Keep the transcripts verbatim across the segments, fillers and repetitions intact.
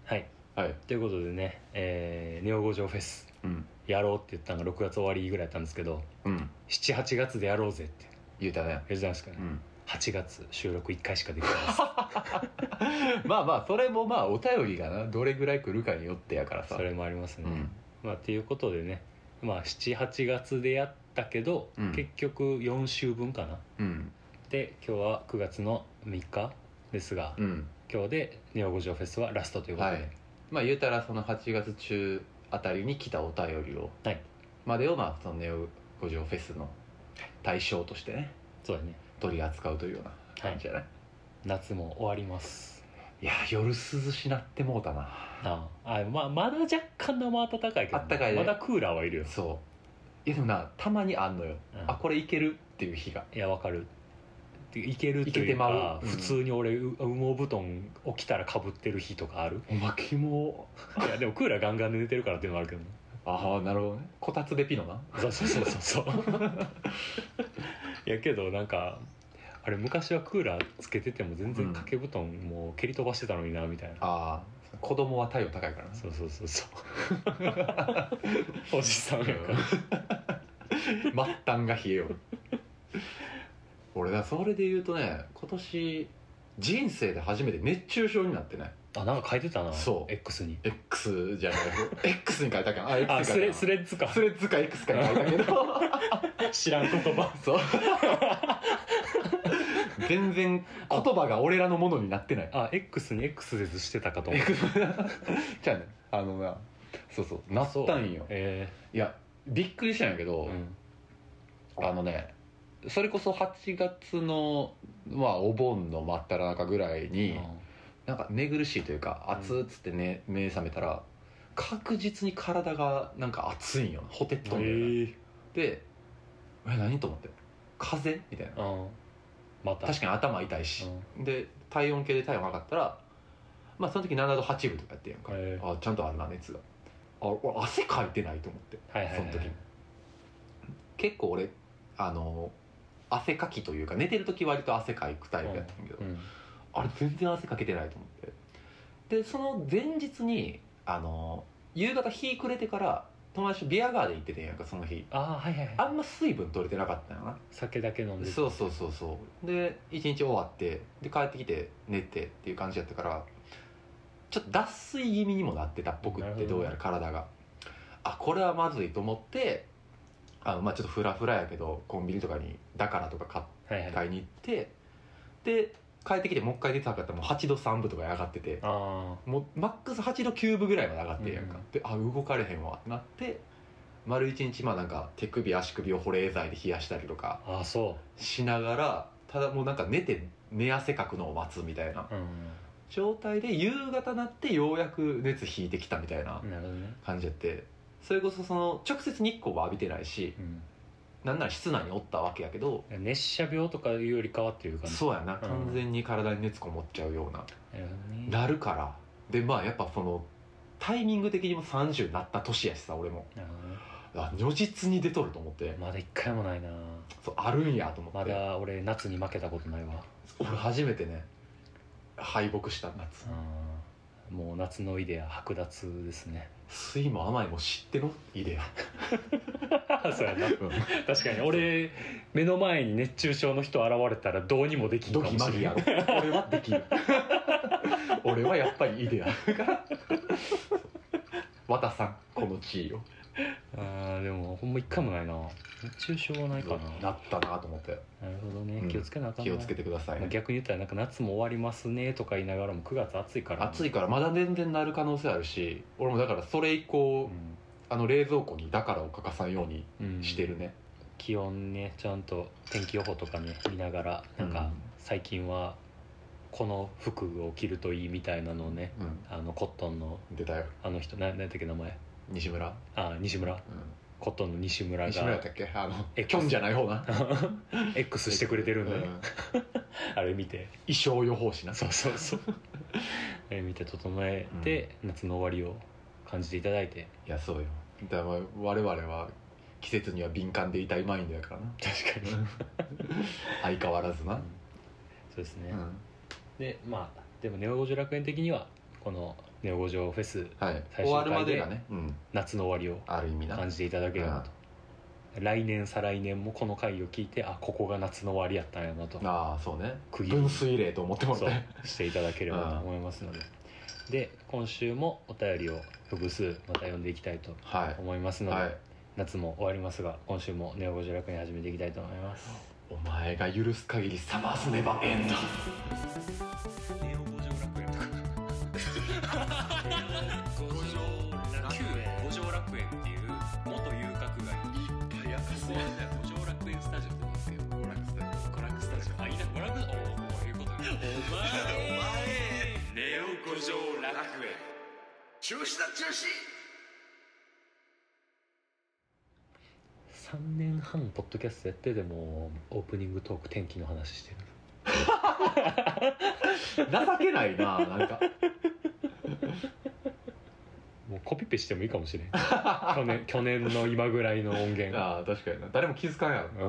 はい、 はい、 ということでね、えー、ネオ五条フェス、うん、やろうって言ったのがろくがつ終わりぐらいだったんですけど、うん、しちはちがつでやろうぜって言うたね。 言うたんですかね、うん、はちがつ収録いっかいしかできてないですまあまあそれもまあお便りがなどれぐらい来るかによってやからさ。 それもありますね、うん、まあっていうことでね、まあしちはちがつでやったけど、うん、結局よんしゅうぶんかな、うん、で今日はくがつのみっかですが、うん、今日でネオ五条フェスはラストということで、はい、 まあ言うたらそのはちがつ中あたりに来たお便りを、はい、までをまあそのネオ五条フェスの対象としてね、 そうだね、 取り扱うというような感じじゃない、はい、 夏も終わります。 いや夜涼しなってもうたなああ、ま, まだ若干生暖かいけど、ね、 あったかいね、 まだクーラーはいるよ。 そういやでもなたまにあんのよ、うん、あこれいけるっていう日が。 いやわかる、いけるというか、うん、普通に俺羽毛布団起きたらかぶってる日とかある。 おまけもいやでもクーラーガンガンで寝てるからっていうのもあるけどね。 ああなるほどね、こたつでピノな。 そうそうそうそうそういやけどなんかあれ昔はクーラーつけてても全然掛け布団もう蹴り飛ばしてたのになみたいな、うん、 ああ子供は体温高いからね。 そうそうそうそうおじさんやから末端が冷えよる俺だそれで言うとね、今年人生で初めて熱中症になってね。 あ、なんか書いてたな。 そう X に X じゃないX に書いたけど、あ X あスレ、スレッズかスレッズか X かに書いたけど知らん言葉。 そう全然言葉が俺らのものになってない。 あ X に X でしてたかと思ってじゃあね、あのな、そうそうなったんよ、えー、いやびっくりしたんやけど、うん、あのねそれこそはちがつの、まあ、お盆の真っ只中ぐらいに、うん、なんか寝苦しいというか熱っつって、ね、うん、目覚めたら確実に体がなんか熱いんよ、ほてっとんだよ、ね、えー、でえ何と思って風邪みたいな、うん、また確かに頭痛いし、うん、で体温計で体温測ったらまあその時ななどはちぶとかやってんやんか、えー、あちゃんとあんな熱があ俺汗かいてないと思って、はいはいはいはい、その時結構俺あの汗かきというか寝てる時割と汗かくタイプやったんだけど、うんうん、あれ全然汗かけてないと思ってでその前日にあの夕方日暮れてから友達とビアガーデン行っててんやんかその日。 あ、はいはいはい、 あんま水分取れてなかったんやな、 酒だけ飲んで。 そうそうそうそうで一日終わってで帰ってきて寝てっていう感じやったからちょっと脱水気味にもなってたっぽくってどうやら体があこれはまずいと思ってあのまあちょっとフラフラやけどコンビニとかにだからとか買、はいはい、買いに行ってで帰ってきてもう一回出てなかったらもうはちどさんぶとかに上がっててあもうマックスはちどきゅうぶぐらいまで上がってるやんか、うん、であ動かれへんわってなって丸一日まあなんか手首足首を保冷剤で冷やしたりとかあそうしながらただもうなんか寝て寝汗かくのを待つみたいな、うん状態で夕方になってようやく熱引いてきたみたいな感じやって、ね、それこそその直接日光は浴びてないし、うん、なんなら室内におったわけやけど熱射病とかいうよりかはっていう感じ。 そうやな、うん、完全に体に熱こもっちゃうような、うん、なるからでまあやっぱそのタイミング的にもさんじゅうになった年やしさ俺も、うん、あ如実に出とると思ってまだ一回もないな。 そうあるんやと思ってまだ俺夏に負けたことないわ。 俺初めてね敗北した夏、 うん、もう夏のイデア剥奪ですね。 酸いも甘いも知ってのイデアそうやな、うん、確かに俺目の前に熱中症の人現れたらどうにもできんかもしれない。ドキマギやろ俺はできる俺はやっぱりイデア渡さんこの地位を。 あでもほんま一回もないな熱中症はないかな。 なったなと思って。 なるほどね、気をつけなあかんな、 気をつけてください、ね、 まあ、逆に言ったらなんか夏も終わりますねとか言いながらもくがつ暑いから、ね、 暑いからまだ全然なる可能性あるし俺もだからそれ以降、うん、あの冷蔵庫にだからを欠かさんようにしてるね、うん、 気温ねちゃんと天気予報とかね見ながらなんか最近はこの服を着るといいみたいなのをね、うん、あのコットンの出たよあの人な何だっけ名前西村あ西村、うん、コットンの西村が西村だっけあのキョンじゃない方な X してくれてるんだよ、うん、あれ見て衣装予報士なそうそうそうあれ見て整えて、うん、夏の終わりを感じていただいて。 いやそうよだから我々は季節には敏感でいたいマインドやからな。 確かに相変わらずな、うん、 そうですね、うん、でまあでもネオ五条楽園的にはこのネオ五条フェス最終回で夏の終わりを感じていただければと。来年再来年もこの回を聞いて、あ、ここが夏の終わりやったんやなと、 ああそうね、分水嶺と思ってもらってしていただければと思いますので、で今週もお便りを複数また読んでいきたいと思いますので、はいはい、夏も終わりますが今週もネオ五条楽園始めていきたいと思います。 お前が許す限りサマーズネバーエンド。 ネオ五条楽園とか五条楽園っていう元遊郭街いっぱいある五条楽園スタジオって言うんですけど、娯楽スタジオ娯楽スタジオあ、いいな、娯楽おお、こういうことでお前お前ネオ五条楽園中止だ中止。さんねんはんポッドキャストやってでもオープニングトーク天気の話してる情けないな、なんかもうコピペしてもいいかもしれん去年去年の今ぐらいの音源。 ああ確かにな、誰も気づかんやろ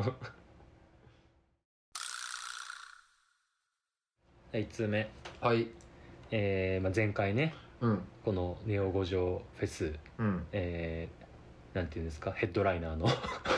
いっつうめ、 はい、 えーまあ、前回ね、 うん、 このネオ五条フェス、うん、えー、なんていうんですか、ヘッドライナーの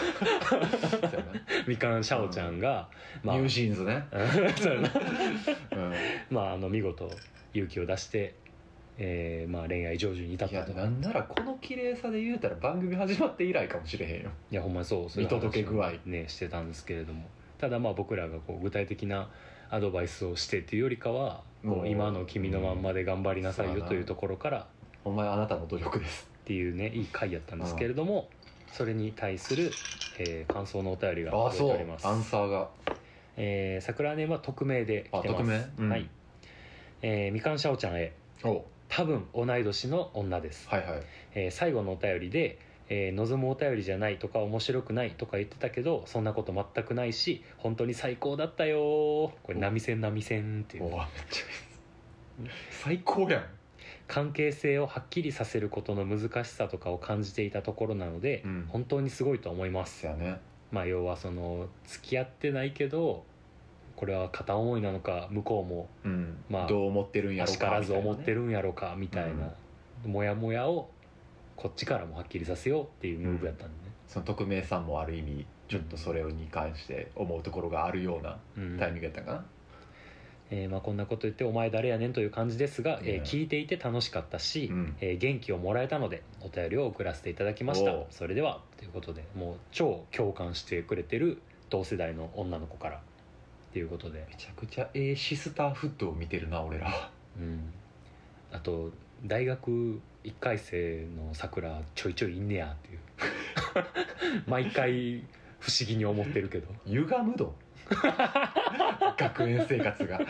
みかんシャオちゃんが、 うん、まあ、ニュージーンズねそうやな、 うん、まああの見事勇気を出して、えーまあ、恋愛成就に至ったと。 いやなんならこの綺麗さで言うたら番組始まって以来かもしれへんよ。 いやほんまにそう、 見届け具合ねしてたんですけれども、ただまあ僕らがこう具体的なアドバイスをしてっていうよりかは、こう今の君のまんまで頑張りなさいよというところから、 お前あなたの努力ですっていうねいい回やったんですけれども、それに対する、えー、感想のお便りが届いております。 アンサーが、 えー、桜根は匿名で来てます。 匿名、うん、 はい、えー、みかんしゃおちゃんへ、 お多分同い年の女です、 はいはい、 えー、最後のお便りで、えー、望むお便りじゃないとか面白くないとか言ってたけどそんなこと全くないし本当に最高だったよ。これ波線波線っていう、 おめっちゃ最高やん。 関係性をはっきりさせることの難しさとかを感じていたところなので、うん、本当にすごいと思います。 やね、 まあ要はその付き合ってないけどこれは片思いなのか向こうも、 うん、まあどう思ってるんやろか、 あしからず思ってるんやろかみたいな、うん、モヤモヤをこっちからもはっきりさせようっていうムーブやったんでね、うん、 その匿名さんもある意味ちょっとそれに関して思うところがあるようなタイミングやったかな、うん、 えーまあ、こんなこと言ってお前誰やねんという感じですが、えー、聞いていて楽しかったし、うん、えー、元気をもらえたのでお便りを送らせていただきました。それではということで、もう超共感してくれてる同世代の女の子からっていうことで、 めちゃくちゃええシスターフットを見てるな俺ら、 うん、あと大学いっかい生の桜ちょいちょいいんねやっていう毎回不思議に思ってるけど歪むど学園生活が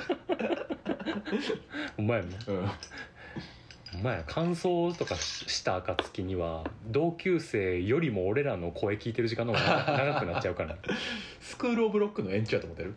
お前やんな、うん、お前や感想とかした暁には同級生よりも俺らの声聞いてる時間の方が長くなっちゃうからスクールオブロックの延長やと思ってる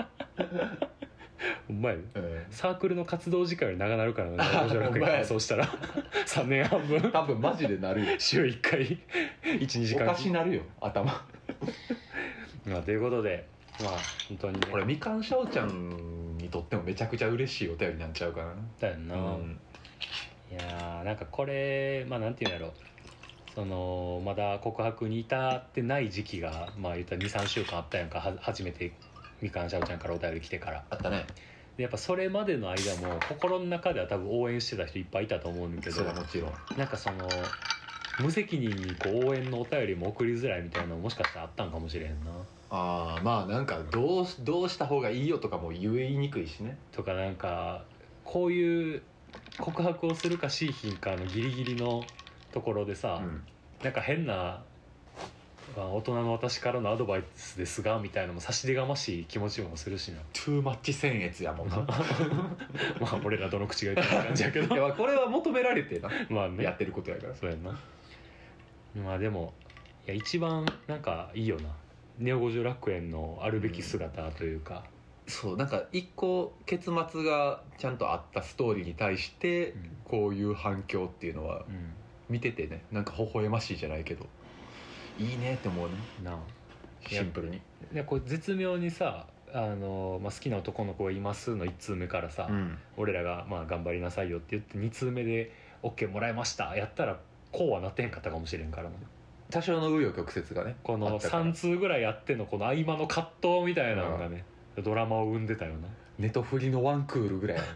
お前、うん、サークルの活動時間より長なるからね面白く感想したらさんねんはんぶん多分マジでなるよ週いっかい いちにじかんおかしなるよ頭まあということで、まあ本当にね、 これみかんしゃおちゃんにとってもめちゃくちゃ嬉しいお便りになっちゃうかな。 だよな、うん、いやーなんかこれまあなんていうんやろ、そのまだ告白に至ってない時期がまあ言ったら にさんしゅうかんあったやんか、は初めてみかんしゃおちゃんからお便り来てから。 あったね。 でやっぱそれまでの間も心の中では多分応援してた人いっぱいいたと思うんだけど、 それはもちろんなんかその無責任にこう応援のお便りも送りづらいみたいなのもしかしたらあったんかもしれへんな。 ああまあなんかどうどうした方がいいよとかも言いにくいしね。 とかなんかこういう告白をするかしいひんかのギリギリのところでさ、うん、なんか変な、まあ、大人の私からのアドバイスですがみたいなのも差し出がましい気持ちもするしな。 トゥーマッチ僭越やもんなまあ俺らどの口が言ってる感じやけどいやこれは求められてな、 まあね、 やってることやから。 そうやな。まあでもいや一番なんかいいよな、ネオ五条楽園のあるべき姿というか、 うん、そうなんか一個結末がちゃんとあったストーリーに対してこういう反響っていうのは見ててね、なんか微笑ましいじゃないけどいいねって思うね。 なあシンプルに。 いやこれ絶妙にさあの、まあ、好きな男の子がいますのいち通目からさ、うん、俺らが、まあ、頑張りなさいよって言ってに通目で OK もらいましたやったらこうはなってへんかったかもしれんからな。 多少の紆余曲折がねこのさん通ぐらいやってのこの合間の葛藤みたいなのがね、うん、ドラマを生んでたよな。 ネトフリのワンクールぐらい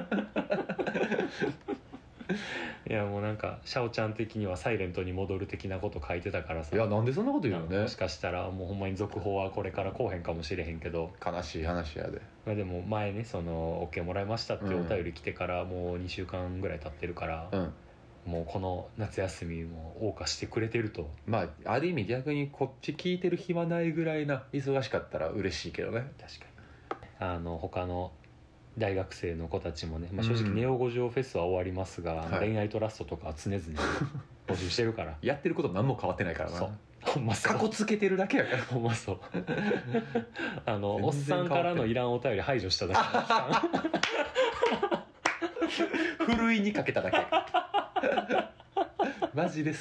いやもうなんかシャオちゃん的にはサイレントに戻る的なこと書いてたからさ。 いやなんでそんなこと言うのね。 もしかしたらもうほんまに続報はこれからこうへんかもしれへんけど、 悲しい話やで。 まあでも前ねその OK もらいましたっていうお便り来てからもうにしゅうかんぐらい経ってるから、うん、もうこの夏休みも謳歌してくれてると。 まあある意味逆にこっち聞いてる暇ないぐらいな忙しかったら嬉しいけどね。 確かにあの他の大学生の子たちもね、まあ、正直ネオ五条フェスは終わりますが、うん、恋愛トラストとかは常々募集してるからやってること何も変わってないからな。 そうほんまそうかこつけてるだけやからほんまそうあのおっさんからのいらんお便り排除しただけふるいにかけただけマジで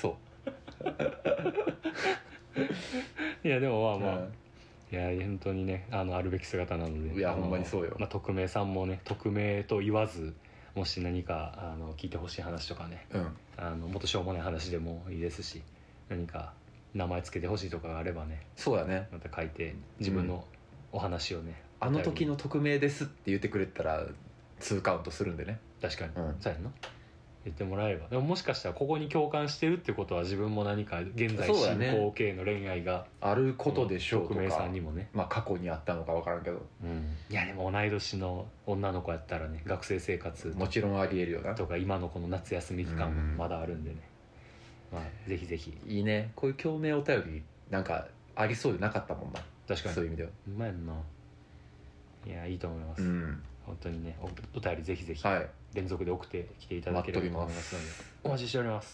そういやでもまあまあ、うんいや本当にねあのあるべき姿なので。 いやほんまにそうよ、 まあ、匿名さんもね匿名と言わずもし何かあの聞いてほしい話とかね、うん、あのもっとしょうもない話でもいいですし何か名前つけてほしいとかがあればねそうだねまた書いて自分のお話をね、 うん、あの時の匿名ですって言ってくれたらにカウントするんでね。 確かに、うん、そうやんな言ってもらえば。でももしかしたらここに共感してるってことは自分も何か現在進行形の恋愛が、 ね、あることでしょうとか匿名さんにもね、 まあ過去にあったのか分からんけど、 うん、いやでも同い年の女の子やったらね学生生活もちろんありえるよなとか今のこの夏休み期間もまだあるんでね、うん、まあぜひぜひいいねこういう共鳴お便りなんかありそうでなかったもんな。 確かにそういう意味ではうまいな。いやいいと思います、うん、本当にね お, お便りぜひぜひ連続で送ってきていただければと思いますのでお待ちしております。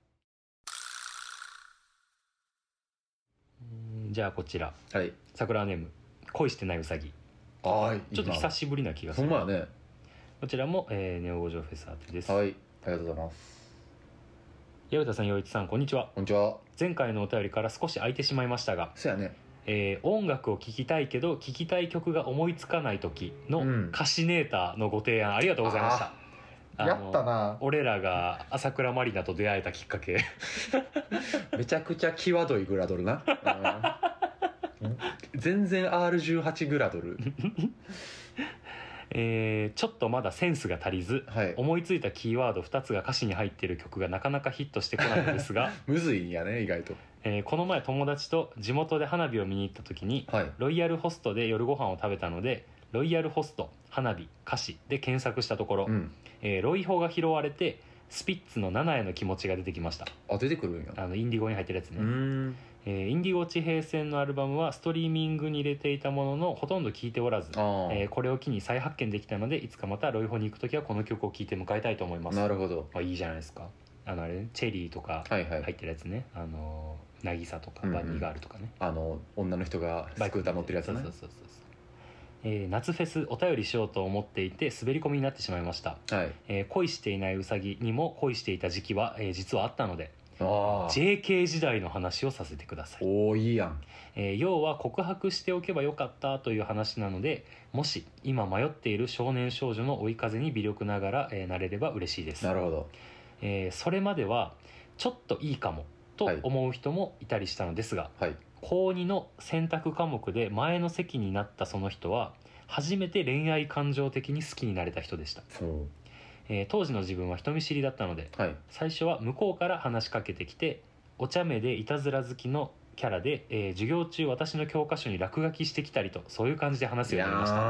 じゃあこちら、はい、桜ネーム恋してないうさぎ。 あちょっと久しぶりな気がする。 ほんまやね。 こちらも、えー、ネオ五条フェスアーテです。 はい、ありがとうございます。 矢田さん、陽一さん、こんにちは。 こんにちは。 前回のお便りから少し空いてしまいましたが、 そうやね、 えー、音楽を聴きたいけど聴きたい曲が思いつかない時の歌詞ネーターのご提案ありがとうございました。 うん、やったな。 俺らが朝倉まりなと出会えたきっかけめちゃくちゃ際どいグラドルな全然 アールじゅうはち グラドルえー、ちょっとまだセンスが足りず、 はい、 思いついたキーワードふたつが歌詞に入っている曲がなかなかヒットしてこないのですがむずいんやね意外と。 えー、この前友達と地元で花火を見に行った時に、はい、ロイヤルホストで夜ご飯を食べたのでロイヤルホスト花火歌詞で検索したところ、うん、えー、ロイホが拾われてスピッツのナナへの気持ちが出てきました。 あ、出てくるんや。 あのインディゴに入ってるやつね。うーん、えー、インディゴ地平線のアルバムはストリーミングに入れていたもののほとんど聴いておらず、えー、これを機に再発見できたのでいつかまたロイホに行く時はこの曲を聴いて迎えたいと思います。 なるほど。 あ、いいじゃないですか。あのあれ、ね、チェリーとか入ってるやつね、はいはい、あの渚とかバニーガールとかね、 うんうん、あの女の人がスクーター乗ってるやつね。 そうそうそうそうそう。えー、夏フェスお便りしようと思っていて滑り込みになってしまいました、はい、えー、恋していないウサギにも恋していた時期は、えー、実はあったので、あ ジェーケー 時代の話をさせてください。 おー、いいやん。 えー、要は告白しておけばよかったという話なので、もし今迷っている少年少女の追い風に微力ながら、えー、なれれば嬉しいです。 なるほど。 えー、それまではちょっといいかもと思う人もいたりしたのですが、はい、高にの選択科目で前の席になったその人は初めて恋愛感情的に好きになれた人でした。えー、当時の自分は人見知りだったので、はい、最初は向こうから話しかけてきてお茶目でいたずら好きのキャラで、えー、授業中私の教科書に落書きしてきたりとそういう感じで話すようになりました。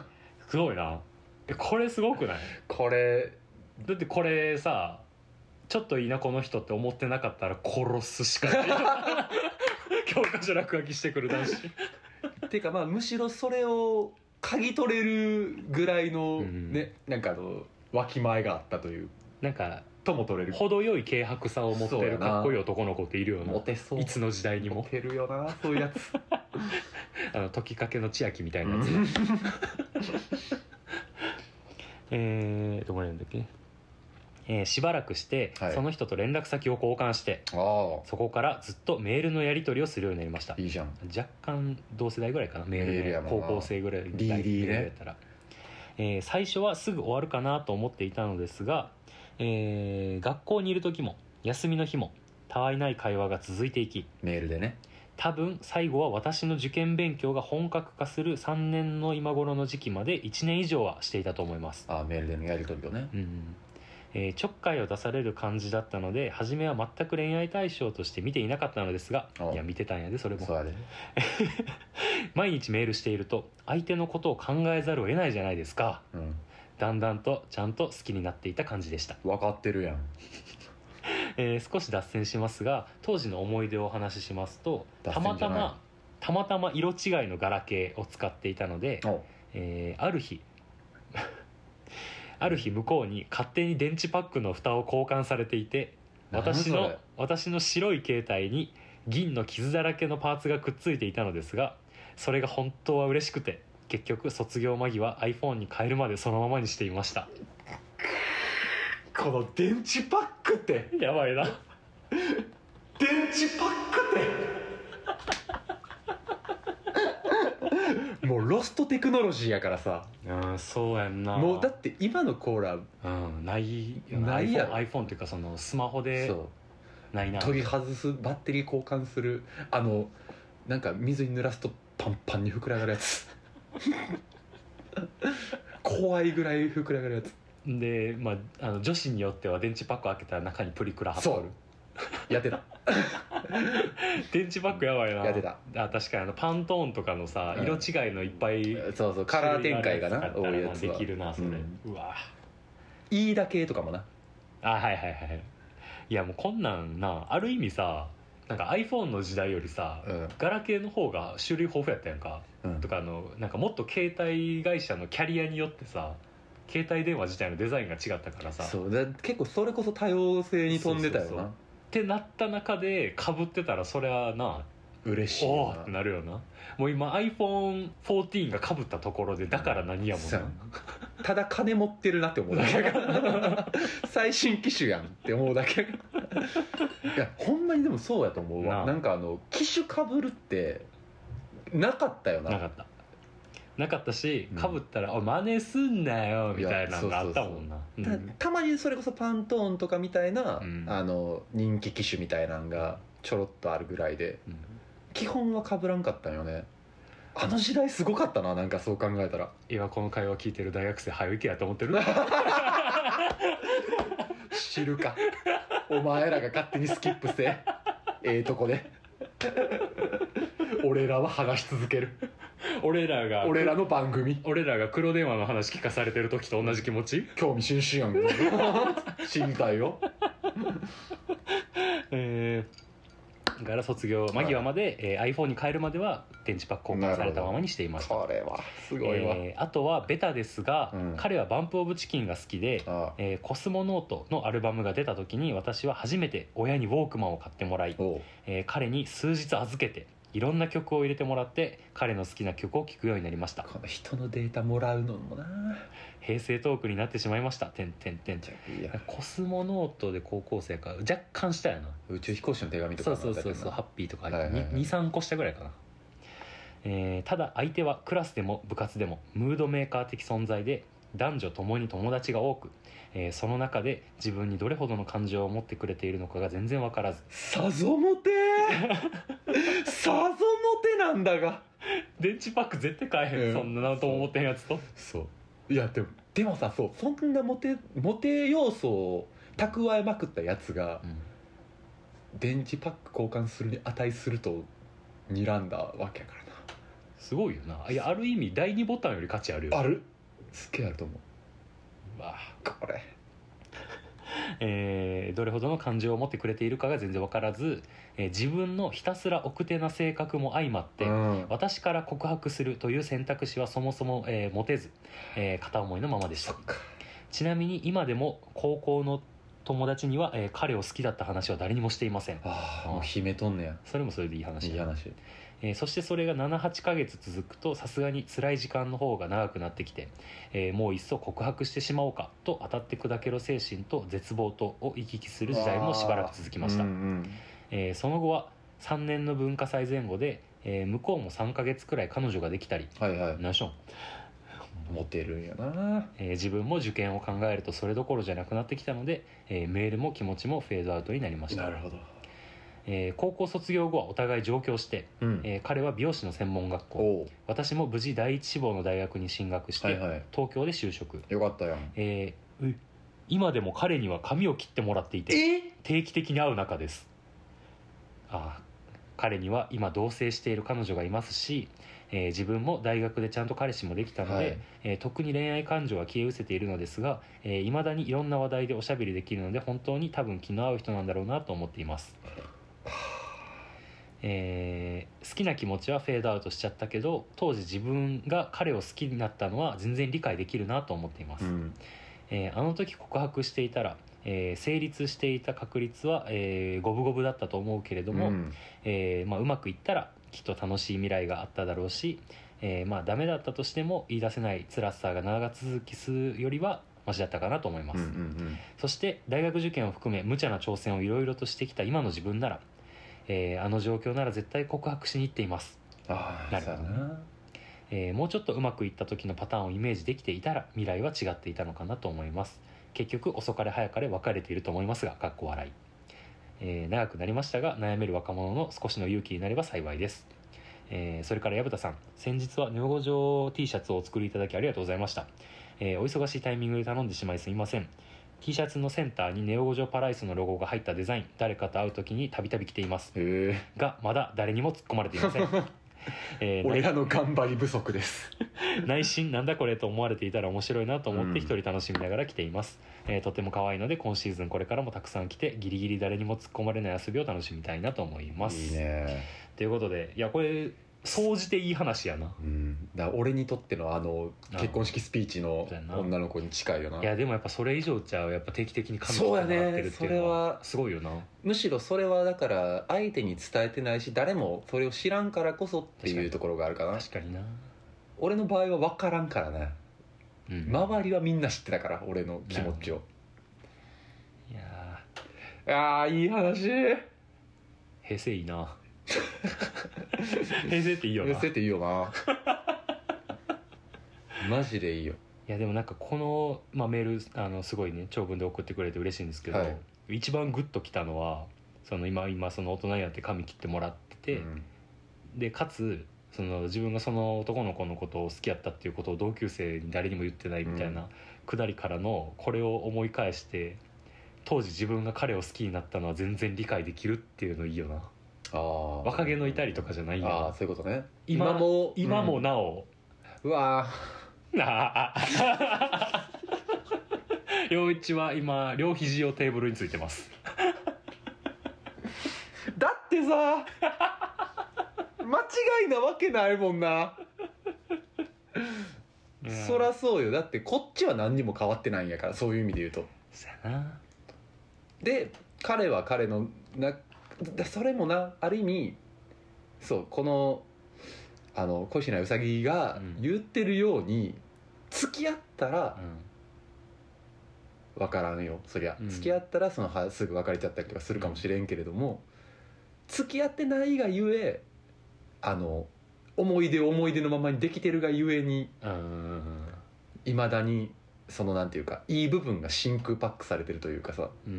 すごいな。これすごくない？ これだってこれさ、ちょっといいなこの人って思ってなかったら殺すしかない教科書落書きしてくる男子っていうか、まあむしろそれを嗅ぎ取れるぐらいの、うん、ね、なんかあのわきまえがあったという、 なんかとも取れる程よい軽薄さを持ってるかっこいい男の子っているよな。 モテそう。 いつの時代にもモテるよな、そういうやつあの解きかけの千秋みたいなやつ、うん、えーどこにあるんだっけ。えー、しばらくして、はい、その人と連絡先を交換して、あ、そこからずっとメールのやり取りをするようになりました。 いいじゃん。 若干同世代ぐらいかな、メールで高校生ぐらいリーリーね、 えー、最初はすぐ終わるかなと思っていたのですが、 えー、学校にいる時も休みの日もたわいない会話が続いていき、 メールでね。 多分最後は私の受験勉強が本格化するさんねんの今頃の時期までいちねん以上はしていたと思います。 あ、メールでのやり取りをね。 うん、えーちょっかいを出される感じだったので初めは全く恋愛対象として見ていなかったのですが、いや見てたんやでそれも。 そうやで。 毎日メールしていると相手のことを考えざるを得ないじゃないですか。 うん、 だんだんとちゃんと好きになっていた感じでした。 分かってるやん。 えー少し脱線しますが、当時の思い出をお話ししますと、たまたまたまたま色違いのガラケーを使っていたので、えーある日ある日向こうに勝手に電池パックの蓋を交換されていて、私の私の白い携帯に銀の傷だらけのパーツがくっついていたのですが、それが本当は嬉しくて結局卒業間際 iPhone に変えるまでそのままにしていました。 この電池パックってやばいな。 電池パックってもうロストテクノロジーやからさ。 うん、そうやんな。 もうだって今のコーラ、 うん、ないないやろ。 iPhone, iPhone っていうかそのスマホでそうないな。 取り外す、バッテリー交換する、あのなんか水に濡らすとパンパンに膨らがるやつ怖いぐらい膨らがるやつで、まあ、あの女子によっては電池パック開けたら中にプリクラ貼っとる。 やってた電池パックやばいな。 やってた。 あ、確かにあのパントーンとかのさ、うん、色違いのいっぱい、 そうそうカラー展開がな多いやつはできるなそれ、うん、うわいいだけとかもな。 あ、はいはいはい。いやもうこんなんな、ある意味さ、なんか iPhone の時代よりさ、うん、ガラケーの方が種類豊富やったやんか、うん、とかあのなんかもっと携帯会社のキャリアによってさ携帯電話自体のデザインが違ったからさ、 そうだ、結構それこそ多様性に富んでたよな。そうそうそうってなった中で被ってたらそりゃな嬉しいな。 おーってなるよな。もう今 アイフォンフォーティーン が被ったところでだから何やもんな。 ただ金持ってるなって思うだけが最新機種やんって思うだけがいやほんまにでもそうやと思うわ。な, なんかあの機種被るってなかったよな。 なかったなかったし、かぶったら「お真似すんなよ」みたいなのがあったもんな。 た, たまにそれこそパントーンとかみたいな、うん、あの人気機種みたいなのがちょろっとあるぐらいで、うん、基本はかぶらんかったんよね。あの時代すごかったな。なんかそう考えたら今この会話聞いてる大学生早行けやと思ってる知るかお前らが勝手にスキップしてええとこで俺らは話し続ける。 俺らが俺らの番組、 俺らが黒電話の話聞かされてる時と同じ気持ち。 興味津々やん知りたいよえー、から卒業間際まで、はい、えー、iPhone に変えるまでは電池パック交換されたままにしていました。 これはすごいわ、 えー、あとはベタですが、うん、彼はバンプオブチキンが好きで、えー、コスモノートのアルバムが出た時に私は初めて親にウォークマンを買ってもらい、えー、彼に数日預けていろんな曲を入れてもらって彼の好きな曲を聴くようになりました。 この人のデータもらうのもな平成トークになってしまいました。てんてんてんコスモノートで高校生か若干下やな。 宇宙飛行士の手紙とかそうそうそうそう、ハッピーとか入って、はいはい、にさんこ下ぐらいかな。えー、ただ相手はクラスでも部活でもムードメーカー的存在で男女ともに友達が多く、えー、その中で自分にどれほどの感情を持ってくれているのかが全然分からず、 さぞモテさぞモテなんだが電池パック絶対買えへん、うん、そんななんとも思ってへんやつと。 そういやでもでもさ、そうそんなモテモテ要素を蓄えまくったやつが、うん、電池パック交換するに値すると睨んだわけやからな。 すごいよな。いやある意味だいにボタンより価値あるよ。 ある、すっげえあると思う。 うわこれえー、どれほどの感情を持ってくれているかが全然分からず、えー、自分のひたすら奥手な性格も相まって、うん、私から告白するという選択肢はそもそも、えー、持てず、えー、片思いのままでした。ちなみに今でも高校の友達には、えー、彼を好きだった話は誰にもしていません。 ああ、もう秘めとんねや。 それもそれでいい話。 いい話。 えー、そしてそれがななはちかげつ続くとさすがに辛い時間の方が長くなってきて、えー、もういっそ告白してしまおうかと当たって砕けろ精神と絶望とを行き来する時代もしばらく続きました、うんうん、えー、その後はさんねんの文化祭前後で、えー、向こうもさんかげつくらい彼女ができたり、 はいはい、 何しょモテるんやな、 えー、自分も受験を考えるとそれどころじゃなくなってきたので、えー、メールも気持ちもフェードアウトになりました。 なるほど。 えー、高校卒業後はお互い上京して、うん、えー、彼は美容師の専門学校、私も無事第一志望の大学に進学して、はいはい、東京で就職。 よかったよ、 えー、今でも彼には髪を切ってもらっていて定期的に会う仲です。あ、彼には今同棲している彼女がいますし、えー、自分も大学でちゃんと彼氏もできたので、はい、えー、特に恋愛感情は消え失せているのですが、えー、未だにいろんな話題でおしゃべりできるので本当に多分気の合う人なんだろうなと思っています。えー、好きな気持ちはフェードアウトしちゃったけど当時自分が彼を好きになったのは全然理解できるなと思っています、うん、えー、あの時告白していたら、えー、成立していた確率は、えー、五分五分だったと思うけれども、うん、えーまあ、うまくいったらきっと楽しい未来があっただろうし、えーまあ、ダメだったとしても言い出せない辛さが長続きするよりはマシだったかなと思います、うんうんうん、そして大学受験を含め無茶な挑戦をいろいろとしてきた今の自分なら、えー、あの状況なら絶対告白しに行っています。 ああ、そうだな、 えー、もうちょっとうまくいった時のパターンをイメージできていたら未来は違っていたのかなと思います。結局遅かれ早かれ別れていると思いますが、かっこ笑い。えー、長くなりましたが悩める若者の少しの勇気になれば幸いです。えー、それから矢蓋さん、先日はネオ五条 T シャツをお作りいただきありがとうございました。えー、お忙しいタイミングで頼んでしまいすみません。 T シャツのセンターにネオ五条パライスのロゴが入ったデザイン、誰かと会う時にたびたび着ていますがまだ誰にも突っ込まれていませんえー、俺らの頑張り不足です内心なんだこれと思われていたら面白いなと思って一人楽しみながら着ています、うん、えー、とても可愛いので今シーズンこれからもたくさん着てギリギリ誰にも突っ込まれない遊びを楽しみたいなと思います。 いいね。 ということで、いやこれ総じていい話やな、 うん、だから俺にとってのあの結婚式スピーチの女の子に近いよな。 いやでもやっぱそれ以上ちゃう、やっぱ定期的に髪切ってもらってるっていうのはすごいよな。 むしろそれはだから相手に伝えてないし誰もそれを知らんからこそっていうところがあるかな。 確かにな。 俺の場合は分からんからね、うん、周りはみんな知ってたから俺の気持ちを。 いやー、あーいい話。 平成いいな平成っていいよな。 平成っていいよなマジでいいよ。 いやでもなんかこの、まあ、メールあのすごいね長文で送ってくれて嬉しいんですけど、はい、一番グッときたのはその今今その大人になって髪切ってもらってて、うん、でかつその自分がその男の子のことを好きやったっていうことを同級生に誰にも言ってないみたいなくだりからのこれを思い返して当時自分が彼を好きになったのは全然理解できるっていうのいいよな。あ、若気の至りとかじゃないよ。 ああ、そういうことね。 今, 今も今もなお、 うん、うわなあ陽一は今両肘をテーブルについてますだってさ間違いなわけないもんなそらそうよ。だってこっちは何にも変わってないんやから、そういう意味で言うと。 そやな。 で彼は彼のな、それもな、ある意味そうこのあの恋しないうさぎが言ってるように、うん、付き合ったら、うん、分からんよそりゃ、うん、付き合ったらそのはすぐ別れちゃったりとかするかもしれんけれども、うん、付き合ってないがゆえあの思い出思い出のままにできてるがゆえにいまだにそのなんていうかいい部分が真空パックされてるというかさ、うん、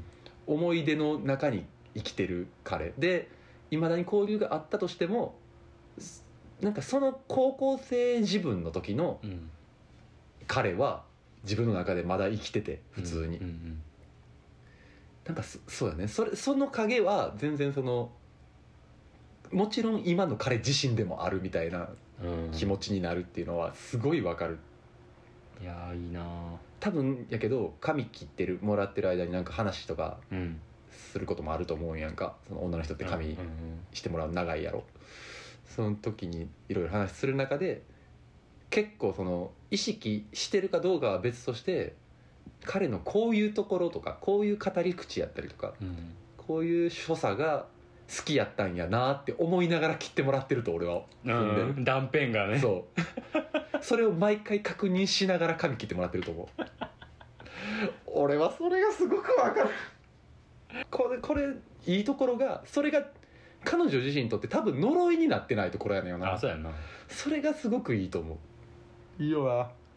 思い出の中に生きてる彼でいまだに交流があったとしてもなんかその高校生自分の時の彼は自分の中でまだ生きてて普通に、うんうんうん、なんか そ, そうだねそれその影は全然そのもちろん今の彼自身でもあるみたいな気持ちになるっていうのはすごいわかる。 いやいいな。 多分やけど髪切ってるもらってる間になんか話とかすることもあると思うんやんか。その女の人って髪してもらう長いやろ。その時にいろいろ話する中で結構その意識してるかどうかは別として彼のこういうところとかこういう語り口やったりとか、うん、こういう所作が好きやったんやなって思いながら切ってもらってると俺は踏んでる。断片がね。 そうそれを毎回確認しながら髪切ってもらってると思う俺はそれがすごくわかる。これこれいいところがそれが彼女自身にとって多分呪いになってないところやねんよな。 あ、そうやな。 それがすごくいいと思う。いいよな。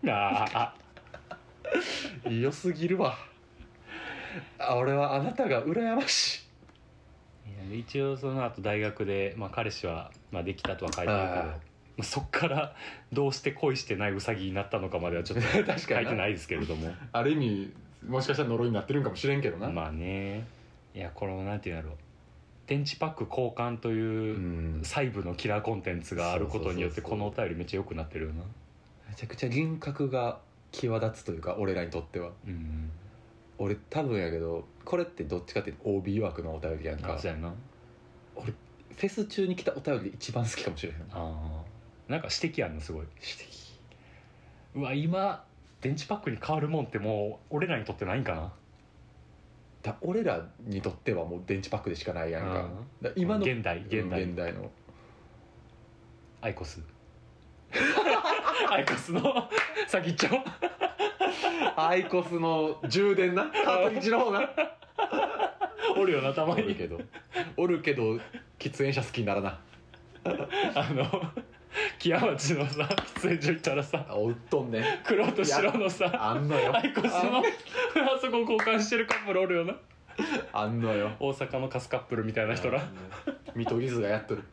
ああ良すぎるわ。あ俺はあなたが羨ましい。いや一応その後大学で、まあ、彼氏は、まあ、できたとは書いてあるけど、そっからどうして恋してないウサギになったのかまではちょっと書いてないですけれどもある意味もしかしたら呪いになってるんかもしれんけどな。 まあね。いやこのなんていうんだろう、電池パック交換という細部のキラーコンテンツがあることによってこのお便りめっちゃ良くなってるよな。 めちゃくちゃ輪郭が際立つというか俺らにとっては、うん、俺多分やけどこれってどっちかっていうと オービー 枠のお便りやんか。 そうやな。 俺フェス中に来たお便りで一番好きかもしれへん。 あなんか指摘あんのすごい指摘。うわ今電池パックに変わるもんってもう俺らにとってないんかな。 だ俺らにとってはもう電池パックでしかないやんか。だ今の現代現代、 うん、現代のアイコスアイコスの先っちょアイコスの充電なカートリッジの方なおるよなたまに。 おるけどおるけど喫煙者好きにならなあの木屋町のさ喫煙所行ったらさおっとんね黒と白のさあんのよアイコスのあそこ交換してるカップルおるよな。 あんのよ大阪のカスカップルみたいな人ら見取り図がやっとる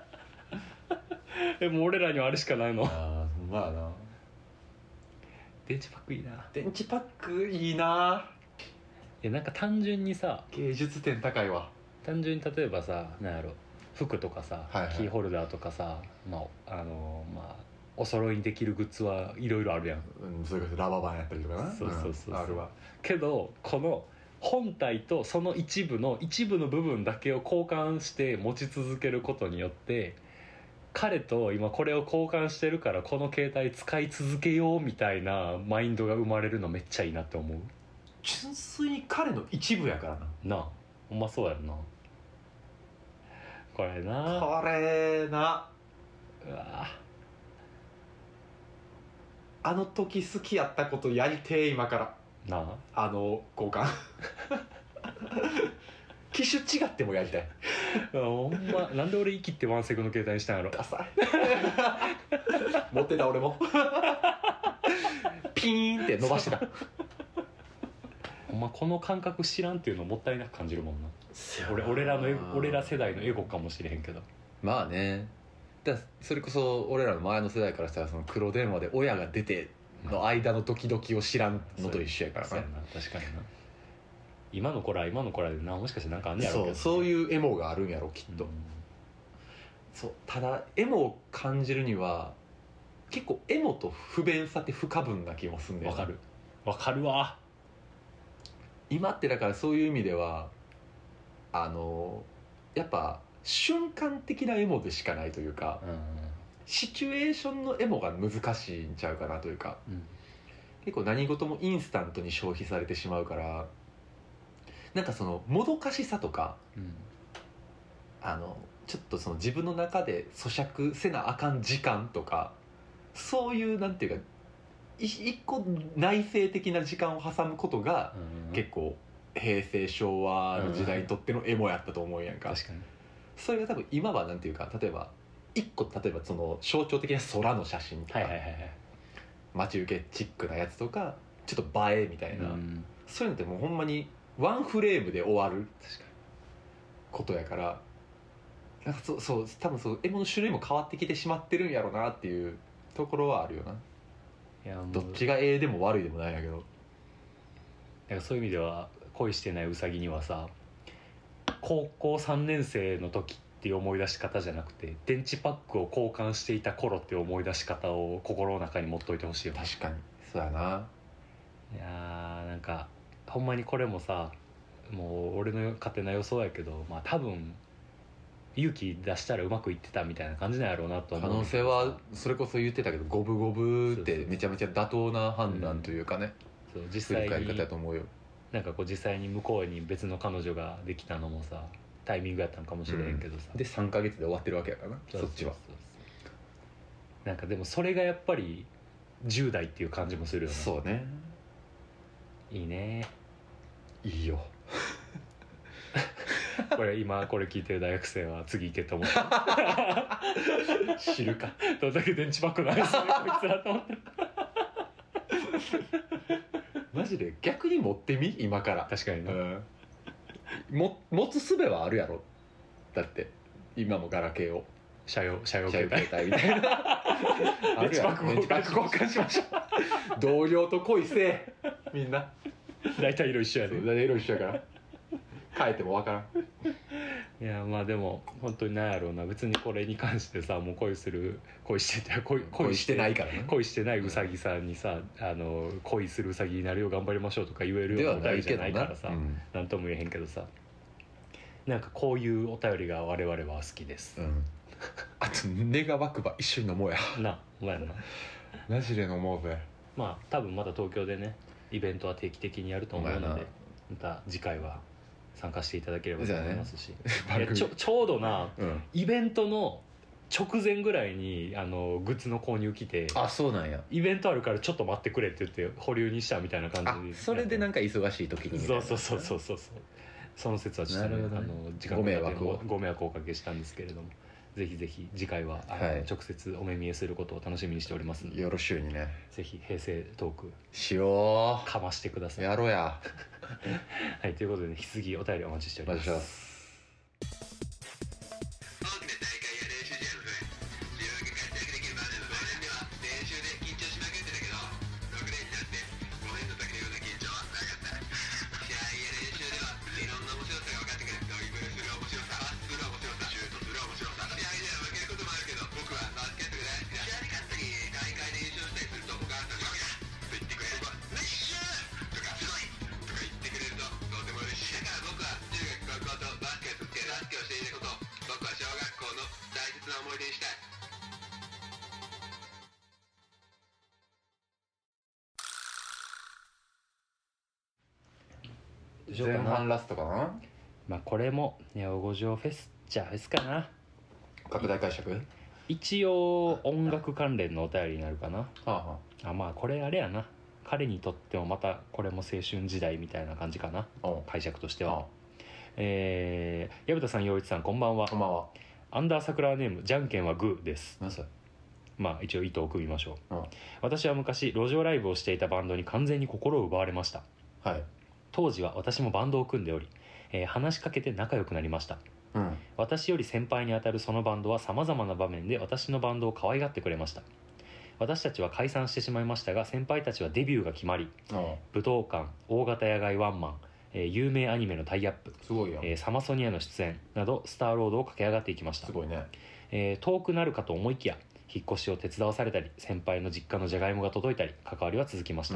でも俺らにはあれしかないの。 あまあな。 電池パックいいな。 電池パックいいな。 えなんか単純にさ芸術点高いわ。 単純に例えばさなんやろ服とかさ、はいはい、キーホルダーとかさ、まああのー、まあお揃いにできるグッズはいろいろあるやん、 うん、それこそラバーバンやったりとかな。 そうそうそうそう、 うん、あるわ。 けどこの本体とその一部の一部の部分だけを交換して持ち続けることによって彼と今これを交換してるからこの携帯使い続けようみたいなマインドが生まれるのめっちゃいいなって思う。 純粋に彼の一部やからな。なあほんまそうやんな。これなこれな。 うわあの時好きやったことやりてえ今からなあ。あの交換機種違ってもやりたいほんまなんで俺生きってワンセグの携帯にしたんやろ。 ダサい持ってた俺もピーンって伸ばしてたほんまこの感覚知らんっていうのもったいなく感じるもんな。俺, 俺らの俺ら世代のエゴかもしれへんけど。 まあね。だそれこそ俺らの前の世代からしたらその黒電話で親が出ての間のドキドキを知らんのと一緒やからな。 そうやな確かにな。今の子ら今の子らでなもしかしてなんかあんねやろうけど、 そうそういうエモがあるんやろきっと、うん、そうただエモを感じるには結構エモと不便さって不可分な気もすんだよ。 わかるわかるわ。 今ってだからそういう意味ではあのやっぱ瞬間的なエモでしかないというか、うん、シチュエーションのエモが難しいんちゃうかなというか、うん、結構何事もインスタントに消費されてしまうからなんかそのもどかしさとか、うん、あのちょっとその自分の中で咀嚼せなあかん時間とかそういうなんていうか一個内省的な時間を挟むことが、うん、結構平成昭和の時代にとってのエモやったと思うやんか、 うん、確かにそれが多分今はなんていうか例えば一個例えばその象徴的な空の写真とか、はいはいはいはい、待ち受けチックなやつとかちょっと映えみたいな、うん、そういうのってもうほんまにワンフレームで終わることやからなんかそうそう多分そうエモの種類も変わってきてしまってるんやろなっていうところはあるよな。いやどっちがええでも悪いでもないんやけどなんかそういう意味では恋してないウサギにはさ高校さんねん生の時っていう思い出し方じゃなくて電池パックを交換していた頃っていう思い出し方を心の中に持っといてほしいよね。 確かにそうやな。 いやーなんかほんまにこれもさもう俺の勝手な予想やけどまあ多分勇気出したらうまくいってたみたいな感じなんやろうなと思う。 可能性はそれこそ言ってたけど五分五分ってめちゃめちゃ妥当な判断というかね、 うん、そう実際に振り返り方やと思うよ。 なんかこう実際に向こうに別の彼女ができたのもさタイミングやったんかもしれへんけどさ、 うん、でさんかげつで終わってるわけやからな。そっちはなんかでもそれがやっぱりじゅう代っていう感じもするよね。 そうね。 いいね。 いいよこれ今これ聞いてる大学生は次行けと思って知るかどんだけ電池パックの話するこいつらと思ってマジで逆に持ってみ今から。 確かにね、うん、 も持つ術はあるやろ。だって今のガラケーを車用車用携帯みたいなあるやん。電池パック交換しましょう同僚と恋せえみんな大体色一緒やで、 大体色一緒やから変えても分からん。 いやまあでも本当に何やろうな、別にこれに関してさ、もう恋する恋してて 恋, 恋してないからね、 恋してないうさぎさんにさ、あの恋するうさぎになるよう頑張りましょうとか言えるようなお便りじゃないからさ、な、うん、なんとも言えへんけどさ、なんかこういうお便りが我々は好きです、うん、 あとネガ若葉一緒に飲もうやな、お前やなマジで飲もうぜ。 まあ多分まだ東京でねイベントは定期的にやると思うので、また次回は参加していただければと思いますし、ね、ち, ょちょうどな、うん、イベントの直前ぐらいにあのグッズの購入来て、 あ、そうなんや、 イベントあるからちょっと待ってくれって言って保留にしたみたいな感じで、 それでなんか忙しい時にみたいな、 そうそうそうそうそう、その説はちょっと、ね、あの時間ご迷惑をご迷惑をおかけしたんですけれども、ぜひぜひ次回は、はい、直接お目見えすることを楽しみにしておりますので、 よろしゅうにね、 ぜひ平成トークしよう、 かましてください。 やろうやはい、ということで、ね、引き続きお便りお待ちしております。 前半ラストかな。 まあこれもネオ五条フェスじゃフェスかな。 拡大解釈。 一応音楽関連のお便りになるかな。はあはあ、あまあこれあれやな、彼にとってもまたこれも青春時代みたいな感じかな、解釈としては。あえー、矢蓋さん、陽一さん、こんばんは。 こんばんは。 アンダーサクラーネームじゃんけんはグーです。 何それ。 まあ一応糸を組みましょう。 うん、 私は昔路上ライブをしていたバンドに完全に心を奪われました。 はい。 当時は私もバンドを組んでおり、えー、話しかけて仲良くなりました。 うん、 私より先輩にあたるそのバンドはさまざまな場面で私のバンドを可愛がってくれました。私たちは解散してしまいましたが、先輩たちはデビューが決まり、 うん、 武道館、大型野外ワンマン、えー、有名アニメのタイアップ、 すごいよ、 えー、サマソニアの出演などスターロードを駆け上がっていきました。 すごいね。 えー、遠くなるかと思いきや引っ越しを手伝わされたり、先輩の実家のじゃがいもが届いたり、関わりは続きました。 うん、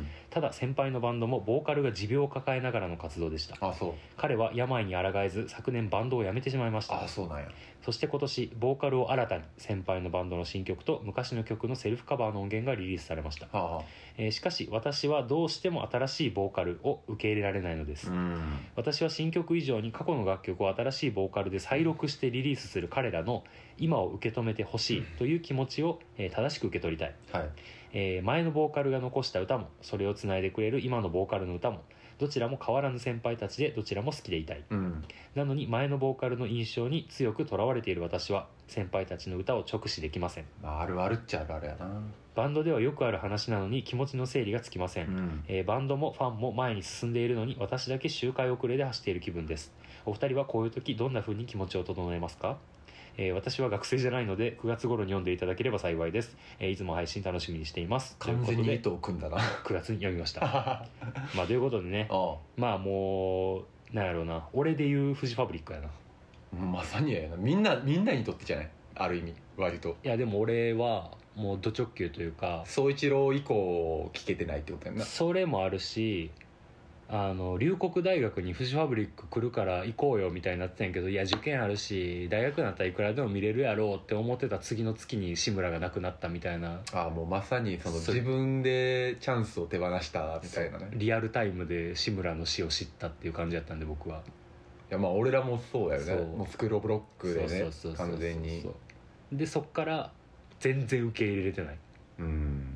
ただ先輩のバンドもボーカルが持病を抱えながらの活動でした。 あ、そう。 彼は病に抗えず昨年バンドを辞めてしまいました。 あ、そうなんや。 そして今年ボーカルを新たに先輩のバンドの新曲と昔の曲のセルフカバーの音源がリリースされました。 はあ、 えー、しかし私はどうしても新しいボーカルを受け入れられないのです。 うん、 私は新曲以上に過去の楽曲を新しいボーカルで再録してリリースする彼らの今を受け止めてほしいという気持ちを、えー、正しく受け取りたい、 はい。 えー、前のボーカルが残した歌もそれをつないでくれる今のボーカルの歌もどちらも変わらぬ先輩たちでどちらも好きでいたい、 うん、 なのに前のボーカルの印象に強くとらわれている私は先輩たちの歌を直視できません。 まあ、あるあるっちゃあるあるやな。 バンドではよくある話なのに気持ちの整理がつきません、 うんえー、バンドもファンも前に進んでいるのに私だけ周回遅れで走っている気分です。お二人はこういう時どんな風に気持ちを整えますか？えー、私は学生じゃないのでくがつ頃に読んでいただければ幸いです、えー、いつも配信楽しみにしています。 完全に糸を組んだな。 くがつに読みましたまあということでね、 ああ、 まあもうなんやろうな、俺で言うフジファブリックやな。 まさにやな。みんなみんなにとってじゃない、ある意味割と。 いやでも俺はもうド直球というか宗一郎以降聞けてないってことやな。 それもあるし、あの龍谷大学にフジファブリック来るから行こうよみたいになってたんやけど、いや受験あるし大学になったらいくらでも見れるやろうって思ってた次の月に志村が亡くなったみたいな。 ああ、もうまさにその自分でチャンスを手放したみたいなね。 リアルタイムで志村の死を知ったっていう感じだったんで僕は。 いやまあ俺らもそうだよね。もうスクールオブロックでね、完全に。 でそっから全然受け入れれてない。 うん、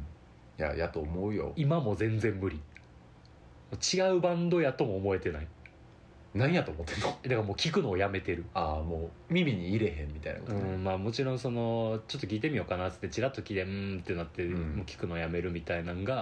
いややと思うよ。 今も全然無理。違うバンドやとも思えてない。 何やと思ってんの？だからもう聞くのをやめてる。 ああ、もう耳に入れへんみたいなことね。 うん、まあもちろんそのちょっと聞いてみようかなっつってチラッと聞いてうーんってなって、うん、もう聞くのをやめるみたいなのが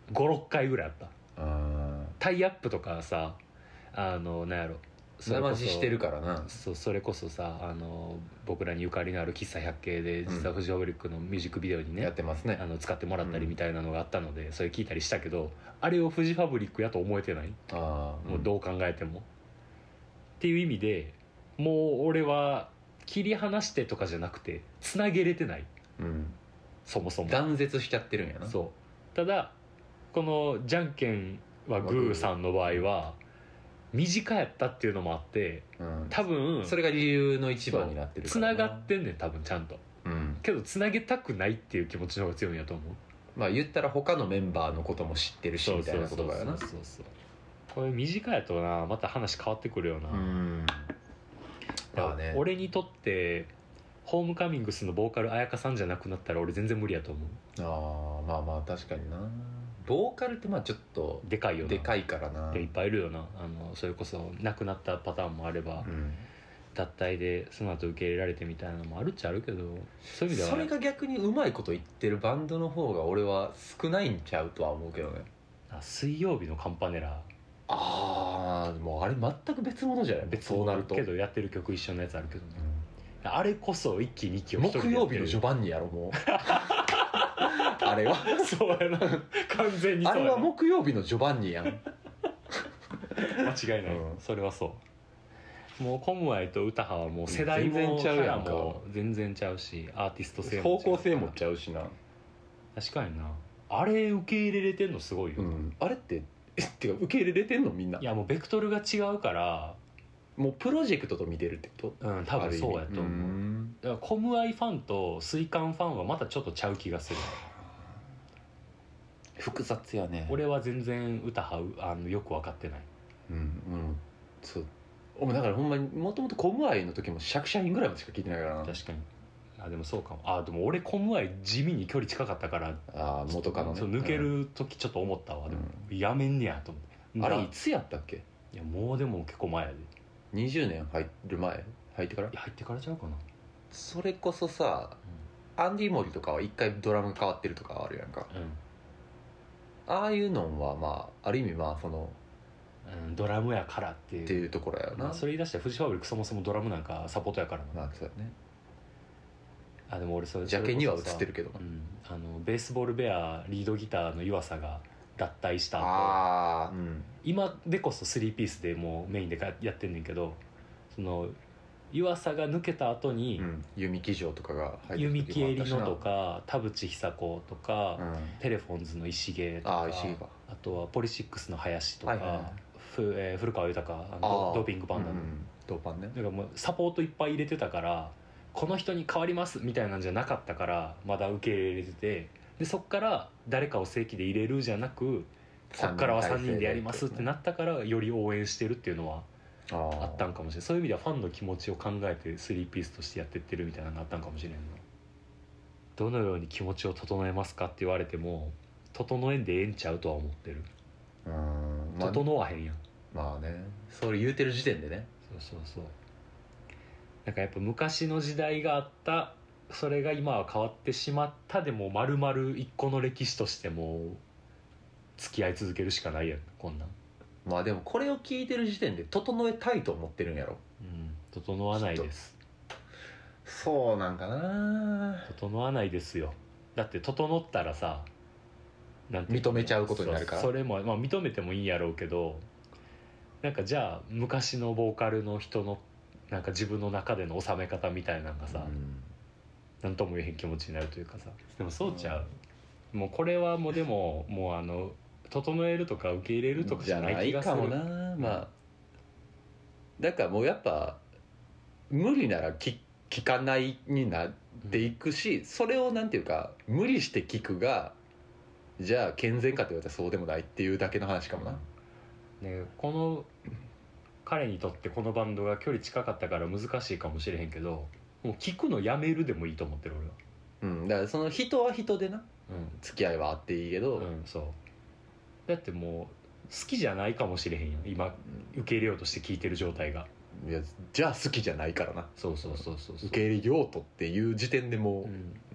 ごろっかいぐらいあった。あタイアップとかさあのなんやろ生地してるからな。 そうそれこそさあの僕らにゆかりのある喫茶百景で実はフジファブリックのミュージックビデオにね、 やってますねあの使ってもらったりみたいなのがあったので、うん、それ聞いたりしたけどあれをフジファブリックやと思えてない。あ、うん、もうどう考えてもっていう意味でもう俺は切り離してとかじゃなくてつなげれてない、うん、そもそも断絶しちゃってるんやな。 そうただこのじゃんけんはグーさんの場合は短やったっていうのもあって、うん、多分それが理由の一番になってるからな。つながってんねん多分ちゃんと、うん、けどつなげたくないっていう気持ちの方が強いんやと思う。 まあ言ったら他のメンバーのことも知ってるしみたいなことだよな。 そうそうそうそう。これ短やとなまた話変わってくるよな。うん、まあね、俺にとってホームカミングスのボーカル彩香さんじゃなくなったら俺全然無理やと思う。ああまあまあ確かにな。ボーカルってまあちょっとでかいよな。 でかいからな。 いっぱいいるよな。あのそれこそ亡くなったパターンもあれば、うん、脱退でその後受け入れられてみたいなのもあるっちゃあるけど、そういう意味ではそれが逆にうまいこと言ってるバンドの方が俺は少ないんちゃうとは思うけどね。 あ水曜日のカンパネラ、 ああもうあれ全く別物じゃない。別そうなるとけどやってる曲一緒のやつあるけどね、うん、あれこそ一期二期を一人でやってる。木曜日のジョバンニやろもうあれはそうやな完全にそうやな。 あれは木曜日のジョバンニやん間違いない、うん、それはそうもうコムアイと歌派はもう世代もキャラも全然ちゃうしアーティスト性も方向性もちゃうしな。 確かにな。あれ受け入れれてんのすごいよ、 うん、あれってえってか受け入れれてんのみんな。 いやもうベクトルが違うからもうプロジェクトと見てるってこと。 うん多分そうやと思う。うんだからコムアイファンとスイカンファンはまたちょっとちゃう気がする。 複雑やね。 俺は全然歌はあのよく分かってない。 うんうんそうお前だからほんまにもともとコムアイの時もシャクシャインぐらいまでしか聞いてないからな。 確かに。あでもそうかも。あでも俺コムアイ地味に距離近かったから。 あ元カノね。 そう抜ける時ちょっと思ったわ、うん、でもやめんねやと思って。 あれいつやったっけ。 いやもうでも結構前やで。 にじゅうねん入る前入ってから。 いや入ってからちゃうかな。 それこそさ、うん、アンディ・モリとかは一回ドラムが変わってるとかあるやんか、うん、ああいうのはまあある意味まあその、 うん、ドラムやからっていうっていうところやな、 まあ、それ言い出したらフジファブリックそもそもドラムなんかサポートやからな。 まあそうだね。 あでも俺それジャケには映ってるけど、 うん、あのベースボールベアリードギターの湯浅が脱退した後あ、うん、 今でこそスリーピースでもうメインでやってんねんけどその湯浅が抜けた後に、うん、 弓木城とかが入って弓木えりのとか田淵久子とか、うん、テレフォンズの石毛とか あ, 石毛かあとはポリシックスの林とか、はいはいはいふえー、古川豊あのドーピングバンドの、うん、 ドーパンね。 だからもうサポートいっぱい入れてたからこの人に変わりますみたいなんじゃなかったからまだ受け入れててでそっから誰かを正規で入れるじゃなくこっからはさんにんでやりますってなったからより応援してるっていうのはあったんかもしれない。そういう意味ではファンの気持ちを考えてスリーピースとしてやってってるみたいなのがあったんかもしれんな。どのように気持ちを整えますかって言われても整えんでええんちゃうとは思ってる。うん、まあ、整わへんやん。 まあねそれ言うてる時点でね。 そうそうそう。なんかやっぱ昔の時代があったそれが今は変わってしまったでも丸々一個の歴史としても付き合い続けるしかないやんこんなん。 まあでもこれを聞いてる時点で整えたいと思ってるんやろ。 うん整わないです。 そうなんかな。 整わないですよ。だって整ったらさなんて認めちゃうことになるから。 そ, それも、まあ、認めてもいいんやろうけどなんかじゃあ昔のボーカルの人のなんか自分の中での収め方みたいなのがさ、うん、なんとも言えへん気持ちになるというかさ。でもそうちゃう、うん、もうこれはもうでももうあの整えるとか受け入れるとかじゃない気がする。 じゃないかもな。まあだからもうやっぱ無理なら聞聞かないになっていくし、うん、それをなんていうか無理して聞くがじゃあ健全かって言われたらそうでもないっていうだけの話かもな、 ね、この彼にとってこのバンドが距離近かったから難しいかもしれへんけどもう聞くのやめるでもいいと思ってる俺は。うんだからその人は人でな、うん、付き合いはあっていいけど、 うん、そうだってもう好きじゃないかもしれへんやん今、うん、受け入れようとして聞いてる状態が。 いやじゃあ好きじゃないからな。 そうそうそうそうそう受け入れようとっていう時点でもう、うん、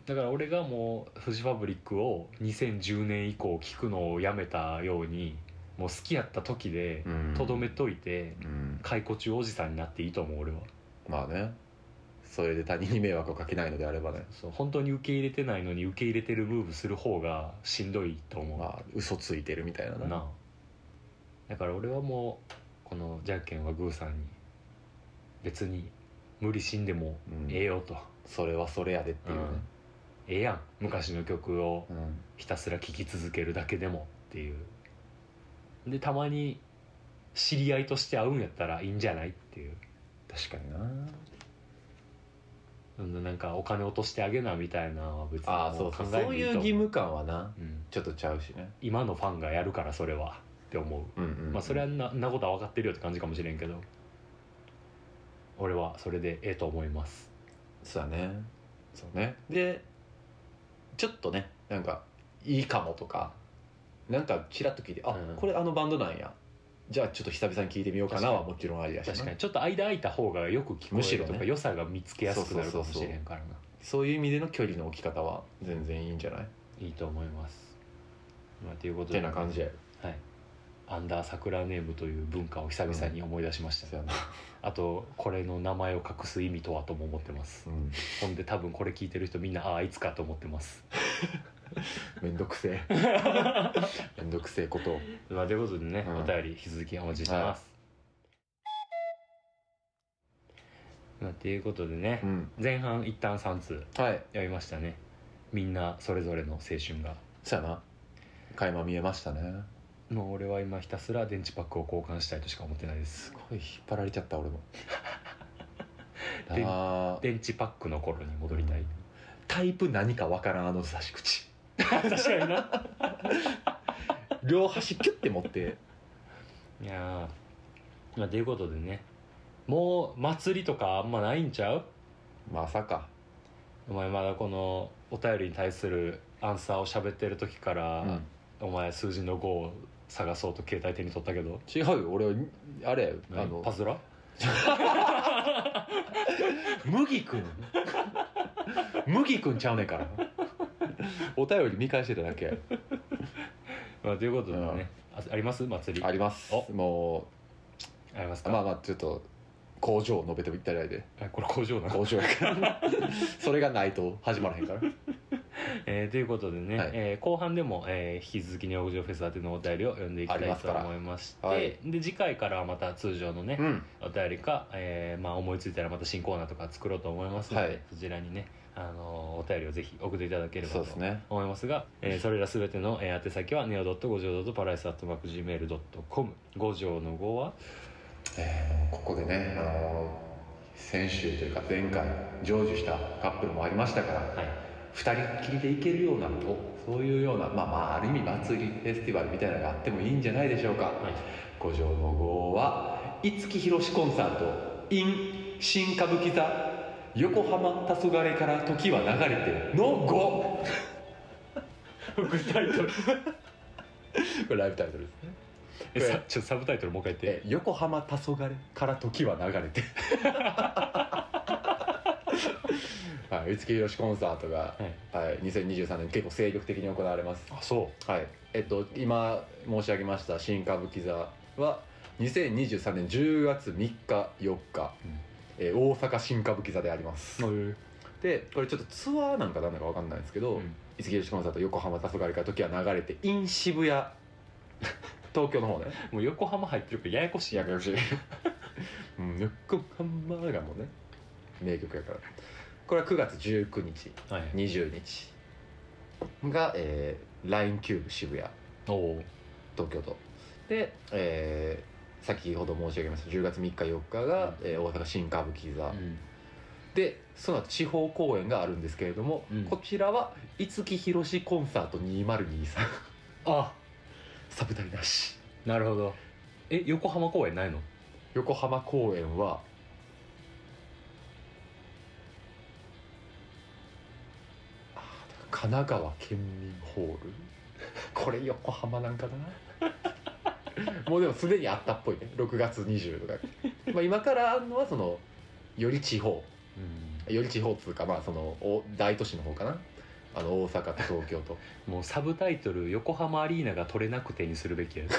だから俺がもうフジファブリックをにせんじゅうねん以降聞くのをやめたように、もう好きやった時でとどめといて、うん、解雇中おじさんになっていいと思う俺は。 まあね、それで他人に迷惑をかけないのであればね。 そう、本当に受け入れてないのに受け入れてるムーブする方がしんどいと思う。 まあ嘘ついてるみたいなな。なだから俺はもうこのじゃんけんはグーさんに別に無理しんでもええよと、うん、 それはそれやでっていうね、うん、 ええやん昔の曲をひたすら聴き続けるだけでもっていうで、たまに知り合いとして会うんやったらいいんじゃないっていう。 確かにな。なんかお金落としてあげなみたいなのは別にああそうそう、そういう義務感はな、うん、ちょっとちゃうしね。 今のファンがやるからそれはって思う、うんうんうん、まあそれはな、なことは分かってるよって感じかもしれんけど、俺はそれでええと思います。 そうだね。そうね。でちょっとね、なんかいいかもとかなんかチラッと聞いて、あ、うん、これあのバンドなんや、じゃあちょっと久々に聞いてみようかなはもちろんありだし、 確かにちょっと間空いた方がよく聞こえるとか、ね、良さが見つけやすくなるかもしれんからな。 そういう意味での距離の置き方は全然いいんじゃない？ いいと思います。まあということで、 てな感じで、 はい、アンダー桜ネームという文化を久々に思い出しました、うん、あとこれの名前を隠す意味とはとも思ってます、うん、ほんで多分これ聞いてる人みんなああいつかと思ってますめんどくせえめんどくせえことを、 まあ、ということでね、うん、お便り引き続きお待ちしてます、はい、まあ、ということでね、うん、前半一旦さん通やりましたね、はい、みんなそれぞれの青春が。 そうやな、垣間見えましたね。 もう俺は今ひたすら電池パックを交換したいとしか思ってないです。 すごい引っ張られちゃった俺も電池パックの頃に戻りたい、うん、 タイプ何かわからんあの差し口確かにな両端キュッて持っていやー、まあということでね、もう祭りとかあんまないんちゃう？ まさかお前まだこのお便りに対するアンサーを喋ってる時から、うん、お前数字のごを探そうと携帯手に取ったけど。 違うよ、俺はあれあのパズラ麦くん麦くんちゃうねんからお便り見返してただけまあということでね、うん、あ, あります祭り？ あります。もうありますか？ まあまあちょっと工場を述べていただいて。 これ工場なの？ 工場やからそれがないと始まらへんからえー、ということでね、はい、えー、後半でも、えー、引き続きネオ五条フェス宛てのお便りを読んでいきたいと思いまして、はい、で次回からはまた通常のね、うん、お便りか、えーまあ、思いついたらまた新コーナーとか作ろうと思いますので、はい、そちらにね、あのー、お便りをぜひ送っていただければと思いますが、そ、ね、えー、それらすべての、えー、宛先は ネオ 五条 パライス アットマーク ジーメール ドットコム。 五条のごは、 えー、ここでね、あのー、先週というか前回成就したカップルもありましたから、はい、ふたりきりで行けるような、そういうような、まあまあある意味祭りフェスティバルみたいなのがあってもいいんじゃないでしょうか、はい、五条のごは五木ひろしコンサート in 新歌舞伎座横浜黄昏から時は流れてのご副タイトルこれライブタイトルですね。 えさちょっとサブタイトルもう一回言って。 え横浜黄昏から時は流れてはい、五木ひろしコンサートが、はいはい、にせんにじゅうさんねん結構精力的に行われます。 あ、そう。 はい、えっと今申し上げました新歌舞伎座はにせんにじゅうさんねんじゅうがつみっかよっか、うん、えー、大阪新歌舞伎座であります。でこれちょっとツアーなんかなんだか分かんないんですけど、うん、五木ひろしコンサート横浜黄昏から時は流れて in 渋谷東京の方ねもう横浜入ってるからややこしいややこしい横浜がもうね名曲やから。これはくがつじゅうくにち、はい、にじゅうにちが、えー、ライン キューブ渋谷東京都で、えー、先ほど申し上げましたじゅうがつみっかよっかが、うん、えー、大阪新歌舞伎座、うん、でその後地方公演があるんですけれども、うん、こちらは五木ひろしコンサートにせんにじゅうさんあサブタイなし。 なるほど。え横浜公演ないの？ 横浜公演は神奈川県民ホールこれ横浜なんかなもうでもすでにあったっぽいね。ろくがつにじゅうとか、まあ、今からあるのはそのより地方、うん、より地方っつうかまあその大都市の方かなあの大阪と東京ともうサブタイトル横浜アリーナが取れなくてにするべきや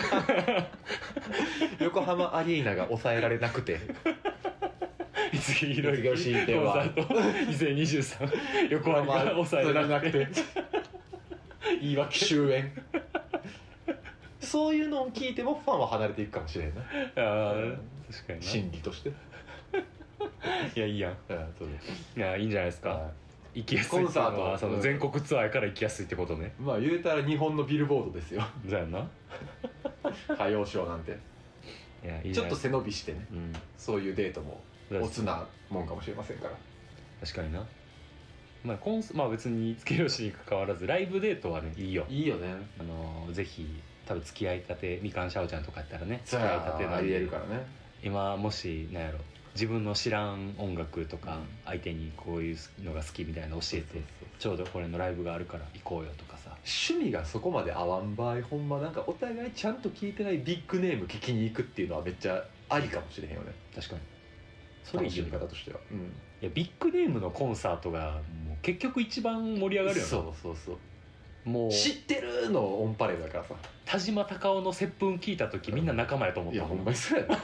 横浜アリーナが抑えられなくて五木ひろゆきコンサートにせんにじゅうさん横浜が抑えられなくて言い訳終焉そういうのを聞いてもファンは離れていくかもしれんな。 ああ確かにな心理としていやいいやん。 あそういやいいんじゃないですか。行きやすいっていうのはその全国ツアーやから行きやすいってことね。 まあ言うたら日本のビルボードですよ。 そうやんな歌謡ショーなんていやいいちょっと背伸びしてね、 うん、 そういうデートもおつなもんかもしれませんから。 確かにな。まあ、コンスまあ別に五木ひろしに関わらずライブデートはねいいよ。 いいよね。 あのぜひ多分付き合いたてみかんしゃおちゃんとかやったらね付き合いたてありえるからね。 今もしなんやろ自分の知らん音楽とか相手にこういうのが好きみたいなの教えてちょうどこれのライブがあるから行こうよとかさ。 趣味がそこまで合わん場合ほんまなんかお互いちゃんと聞いてないビッグネーム聞きに行くっていうのはめっちゃありかもしれへんよね。 確かにそれ楽しみ方としては、うん、いやビッグネームのコンサートがもう結局一番盛り上がるよね。 そうそうそうもう知ってるのオンパレードだからさ。 田島隆夫の接吻聞いた時みんな仲間やと思った。 いやほんまにそうやな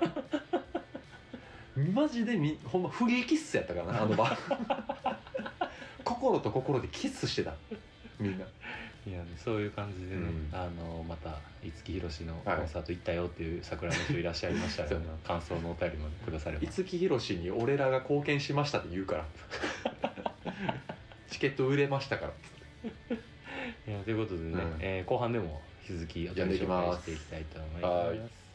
マジでみほんま不義キッスやったからなあの場心と心でキスしてたみんな。 いや、ね、そういう感じでね、うん、あのまた五木ひろしのコンサート行ったよっていう桜の人いらっしゃいましたら、ね、感想のお便りもくだされば。 五木ひろしに俺らが貢献しましたって言うからチケット売れましたからいやということでね、うん、えー、後半でも引き続きお便り紹介していきたいと思います。